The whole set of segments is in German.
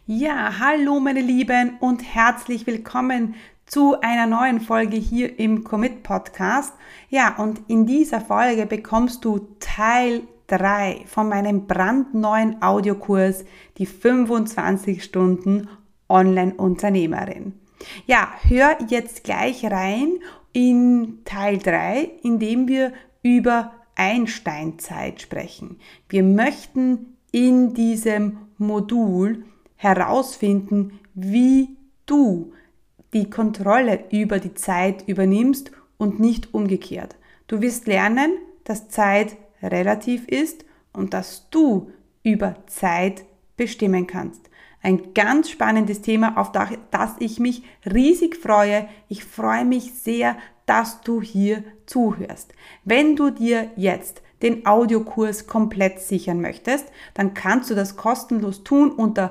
Ja, hallo meine Lieben und herzlich willkommen zu einer neuen Folge hier im Commit Podcast. Ja, und in dieser Folge bekommst du Teil 3 von meinem brandneuen Audiokurs, die 25 Stunden Online-Unternehmerin. Ja, hör jetzt gleich rein in Teil 3, in dem wir über Einsteinzeit sprechen. Wir möchten in diesem Modul herausfinden, wie du die Kontrolle über die Zeit übernimmst und nicht umgekehrt. Du wirst lernen, dass Zeit relativ ist und dass du über Zeit bestimmen kannst. Ein ganz spannendes Thema, auf das ich mich riesig freue. Ich freue mich sehr, dass du hier zuhörst. Wenn du dir jetzt den Audiokurs komplett sichern möchtest, dann kannst du das kostenlos tun unter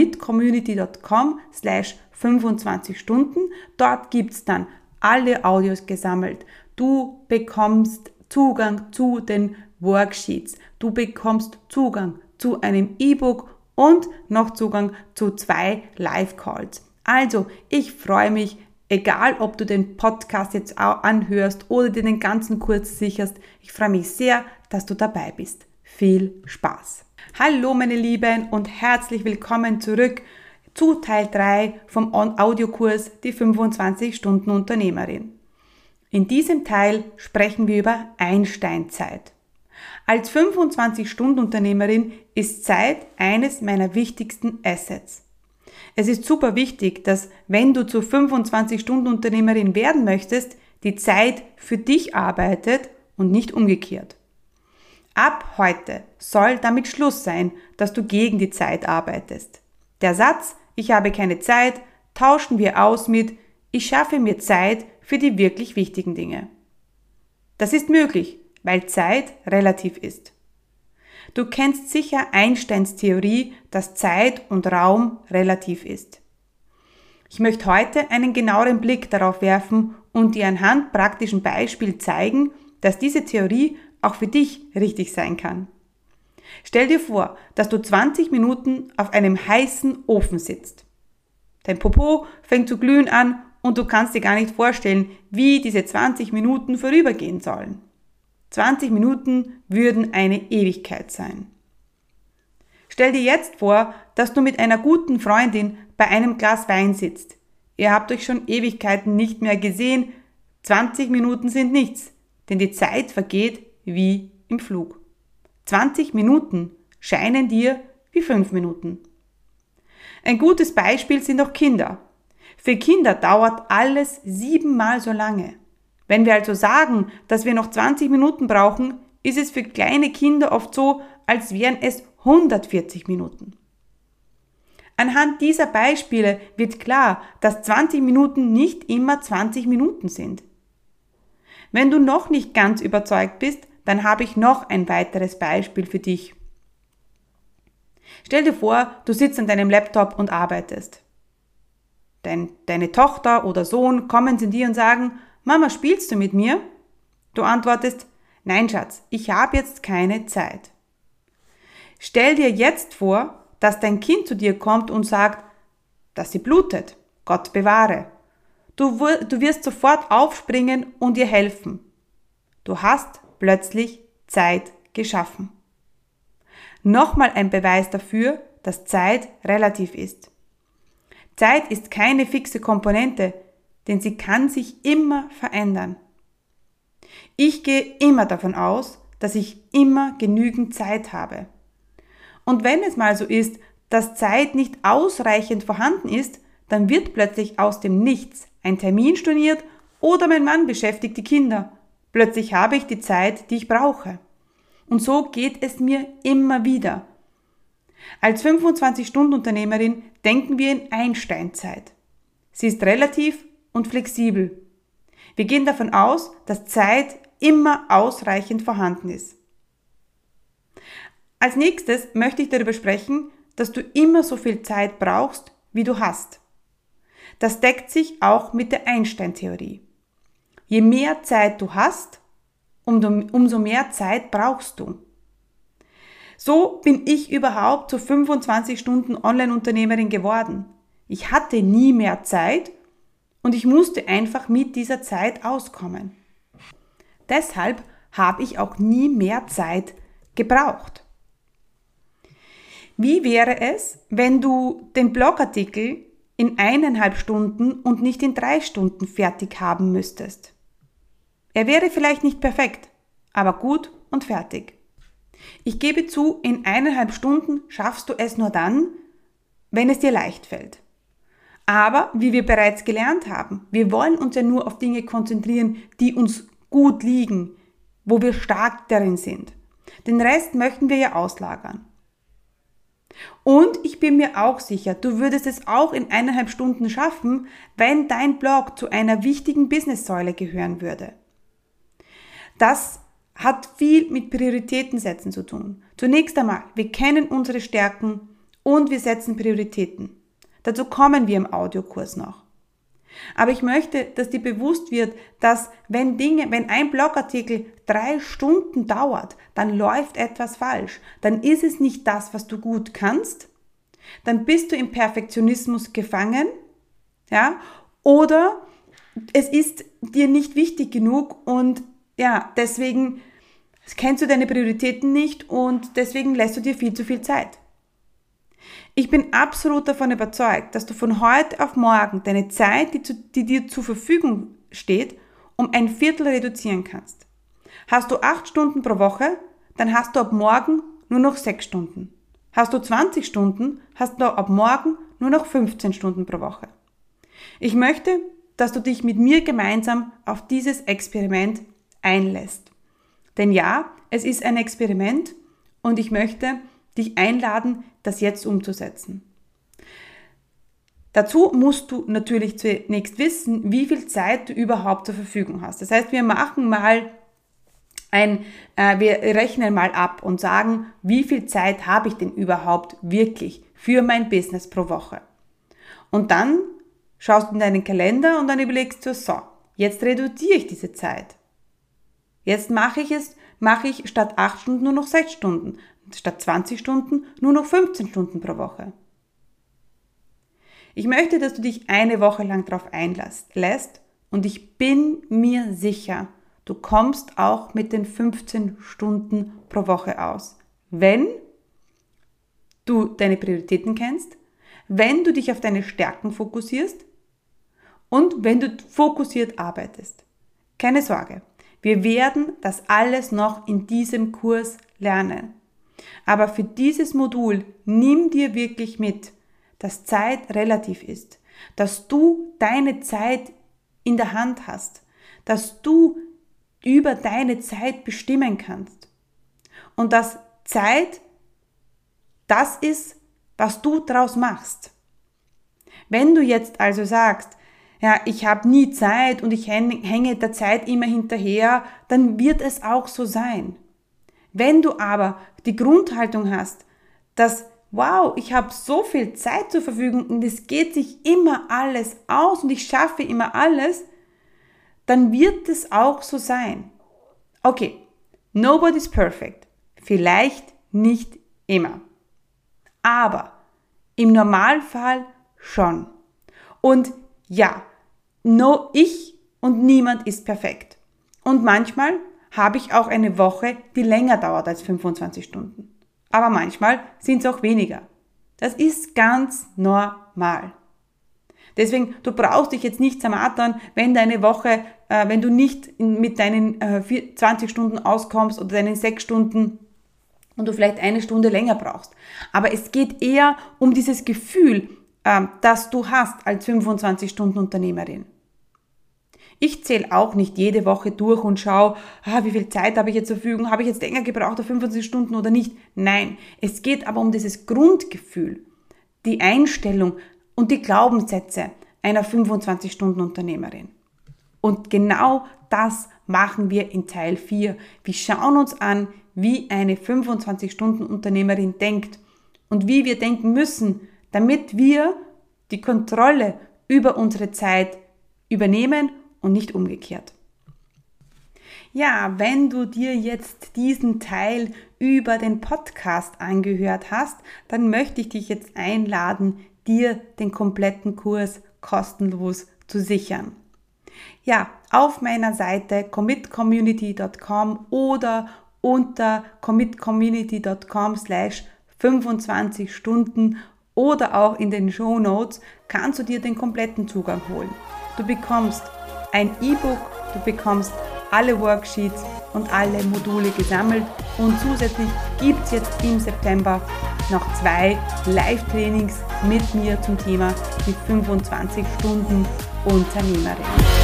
commitcommunity.com/25 Stunden. Dort gibt's dann alle Audios gesammelt. Du bekommst Zugang zu den Worksheets. Du bekommst Zugang zu einem E-Book und noch Zugang zu 2 Live-Calls. Also, ich freue mich, egal ob du den Podcast jetzt auch anhörst oder dir den ganzen Kurs sicherst, ich freue mich sehr, dass du dabei bist. Viel Spaß! Hallo meine Lieben und herzlich willkommen zurück zu Teil 3 vom Audiokurs Die 25 Stunden Unternehmerin. In diesem Teil sprechen wir über Einsteinzeit. Als 25-Stunden-Unternehmerin ist Zeit eines meiner wichtigsten Assets. Es ist super wichtig, dass, wenn du zur 25-Stunden-Unternehmerin werden möchtest, die Zeit für dich arbeitet und nicht umgekehrt. Ab heute soll damit Schluss sein, dass du gegen die Zeit arbeitest. Der Satz, ich habe keine Zeit, tauschen wir aus mit, ich schaffe mir Zeit für die wirklich wichtigen Dinge. Das ist möglich, weil Zeit relativ ist. Du kennst sicher Einsteins Theorie, dass Zeit und Raum relativ ist. Ich möchte heute einen genaueren Blick darauf werfen und dir anhand praktischen Beispielen zeigen, dass diese Theorie auch für dich richtig sein kann. Stell dir vor, dass du 20 Minuten auf einem heißen Ofen sitzt. Dein Popo fängt zu glühen an und du kannst dir gar nicht vorstellen, wie diese 20 Minuten vorübergehen sollen. 20 Minuten würden eine Ewigkeit sein. Stell dir jetzt vor, dass du mit einer guten Freundin bei einem Glas Wein sitzt. Ihr habt euch schon Ewigkeiten nicht mehr gesehen. 20 Minuten sind nichts, denn die Zeit vergeht wie im Flug. 20 Minuten scheinen dir wie 5 Minuten. Ein gutes Beispiel sind auch Kinder. Für Kinder dauert alles 7-mal so lange. Wenn wir also sagen, dass wir noch 20 Minuten brauchen, ist es für kleine Kinder oft so, als wären es 140 Minuten. Anhand dieser Beispiele wird klar, dass 20 Minuten nicht immer 20 Minuten sind. Wenn du noch nicht ganz überzeugt bist, dann habe ich noch ein weiteres Beispiel für dich. Stell dir vor, du sitzt an deinem Laptop und arbeitest. Deine Tochter oder Sohn kommen zu dir und sagen, Mama, spielst du mit mir? Du antwortest, nein Schatz, ich habe jetzt keine Zeit. Stell dir jetzt vor, dass dein Kind zu dir kommt und sagt, dass sie blutet. Gott bewahre. Du wirst sofort aufspringen und ihr helfen. Du hast plötzlich Zeit geschaffen. Nochmal ein Beweis dafür, dass Zeit relativ ist. Zeit ist keine fixe Komponente, denn sie kann sich immer verändern. Ich gehe immer davon aus, dass ich immer genügend Zeit habe. Und wenn es mal so ist, dass Zeit nicht ausreichend vorhanden ist, dann wird plötzlich aus dem Nichts ein Termin storniert oder mein Mann beschäftigt die Kinder. Plötzlich habe ich die Zeit, die ich brauche. Und so geht es mir immer wieder. Als 25-Stunden-Unternehmerin denken wir in Einsteinzeit. Sie ist relativ und flexibel. Wir gehen davon aus, dass Zeit immer ausreichend vorhanden ist. Als nächstes möchte ich darüber sprechen, dass du immer so viel Zeit brauchst, wie du hast. Das deckt sich auch mit der Einstein-Theorie. Je mehr Zeit du hast, umso mehr Zeit brauchst du. So bin ich überhaupt zur 25 Stunden Online-Unternehmerin geworden. Ich hatte nie mehr Zeit und ich musste einfach mit dieser Zeit auskommen. Deshalb habe ich auch nie mehr Zeit gebraucht. Wie wäre es, wenn du den Blogartikel in 1,5 Stunden und nicht in 3 Stunden fertig haben müsstest? Er wäre vielleicht nicht perfekt, aber gut und fertig. Ich gebe zu, in 1,5 Stunden schaffst du es nur dann, wenn es dir leicht fällt. Aber, wie wir bereits gelernt haben, wir wollen uns ja nur auf Dinge konzentrieren, die uns gut liegen, wo wir stark darin sind. Den Rest möchten wir ja auslagern. Und ich bin mir auch sicher, du würdest es auch in 1,5 Stunden schaffen, wenn dein Blog zu einer wichtigen Businesssäule gehören würde. Das hat viel mit Prioritäten setzen zu tun. Zunächst einmal, wir kennen unsere Stärken und wir setzen Prioritäten. Dazu kommen wir im Audiokurs noch. Aber ich möchte, dass dir bewusst wird, dass wenn ein Blogartikel 3 Stunden dauert, dann läuft etwas falsch. Dann ist es nicht das, was du gut kannst. Dann bist du im Perfektionismus gefangen, ja, oder es ist dir nicht wichtig genug und ja, deswegen kennst du deine Prioritäten nicht und deswegen lässt du dir viel zu viel Zeit. Ich bin absolut davon überzeugt, dass du von heute auf morgen deine Zeit, die dir zur Verfügung steht, um 1/4 reduzieren kannst. Hast du 8 Stunden pro Woche, dann hast du ab morgen nur noch 6 Stunden. Hast du 20 Stunden, hast du ab morgen nur noch 15 Stunden pro Woche. Ich möchte, dass du dich mit mir gemeinsam auf dieses Experiment einlässt. Denn ja, es ist ein Experiment und ich möchte dich einladen, das jetzt umzusetzen. Dazu musst du natürlich zunächst wissen, wie viel Zeit du überhaupt zur Verfügung hast. Das heißt, wir rechnen mal ab und sagen, wie viel Zeit habe ich denn überhaupt wirklich für mein Business pro Woche? Und dann schaust du in deinen Kalender und dann überlegst du, so, jetzt reduziere ich diese Zeit. Jetzt mache ich statt 8 Stunden nur noch 6 Stunden, statt 20 Stunden nur noch 15 Stunden pro Woche. Ich möchte, dass du dich eine Woche lang darauf einlässt und ich bin mir sicher, du kommst auch mit den 15 Stunden pro Woche aus, wenn du deine Prioritäten kennst, wenn du dich auf deine Stärken fokussierst und wenn du fokussiert arbeitest. Keine Sorge, wir werden das alles noch in diesem Kurs lernen. Aber für dieses Modul nimm dir wirklich mit, dass Zeit relativ ist, dass du deine Zeit in der Hand hast, dass du über deine Zeit bestimmen kannst und dass Zeit das ist, was du draus machst. Wenn du jetzt also sagst, ja, ich habe nie Zeit und ich hänge der Zeit immer hinterher, dann wird es auch so sein. Wenn du aber die Grundhaltung hast, dass, wow, ich habe so viel Zeit zur Verfügung und es geht sich immer alles aus und ich schaffe immer alles, dann wird es auch so sein. Okay, nobody's perfect. Vielleicht nicht immer. Aber im Normalfall schon. Und ja, ich und niemand ist perfekt. Und manchmal habe ich auch eine Woche, die länger dauert als 25 Stunden. Aber manchmal sind es auch weniger. Das ist ganz normal. Deswegen, du brauchst dich jetzt nicht zermartern, wenn deine Woche, wenn du nicht mit deinen 20 Stunden auskommst oder deinen 6 Stunden und du vielleicht 1 Stunde länger brauchst. Aber es geht eher um dieses Gefühl, das du hast als 25 Stunden Unternehmerin. Ich zähle auch nicht jede Woche durch und schaue, wie viel Zeit habe ich jetzt zur Verfügung, habe ich jetzt länger gebraucht auf 25 Stunden oder nicht. Nein, es geht aber um dieses Grundgefühl, die Einstellung und die Glaubenssätze einer 25-Stunden-Unternehmerin. Und genau das machen wir in Teil 4. Wir schauen uns an, wie eine 25-Stunden-Unternehmerin denkt und wie wir denken müssen, damit wir die Kontrolle über unsere Zeit übernehmen und nicht umgekehrt. Ja, wenn du dir jetzt diesen Teil über den Podcast angehört hast, dann möchte ich dich jetzt einladen, dir den kompletten Kurs kostenlos zu sichern. Ja, auf meiner Seite commitcommunity.com oder unter commitcommunity.com/25 Stunden oder auch in den Shownotes kannst du dir den kompletten Zugang holen. Du bekommst ein E-Book, du bekommst alle Worksheets und alle Module gesammelt und zusätzlich gibt es jetzt im September noch 2 Live-Trainings mit mir zum Thema die 25 Stunden Unternehmerin.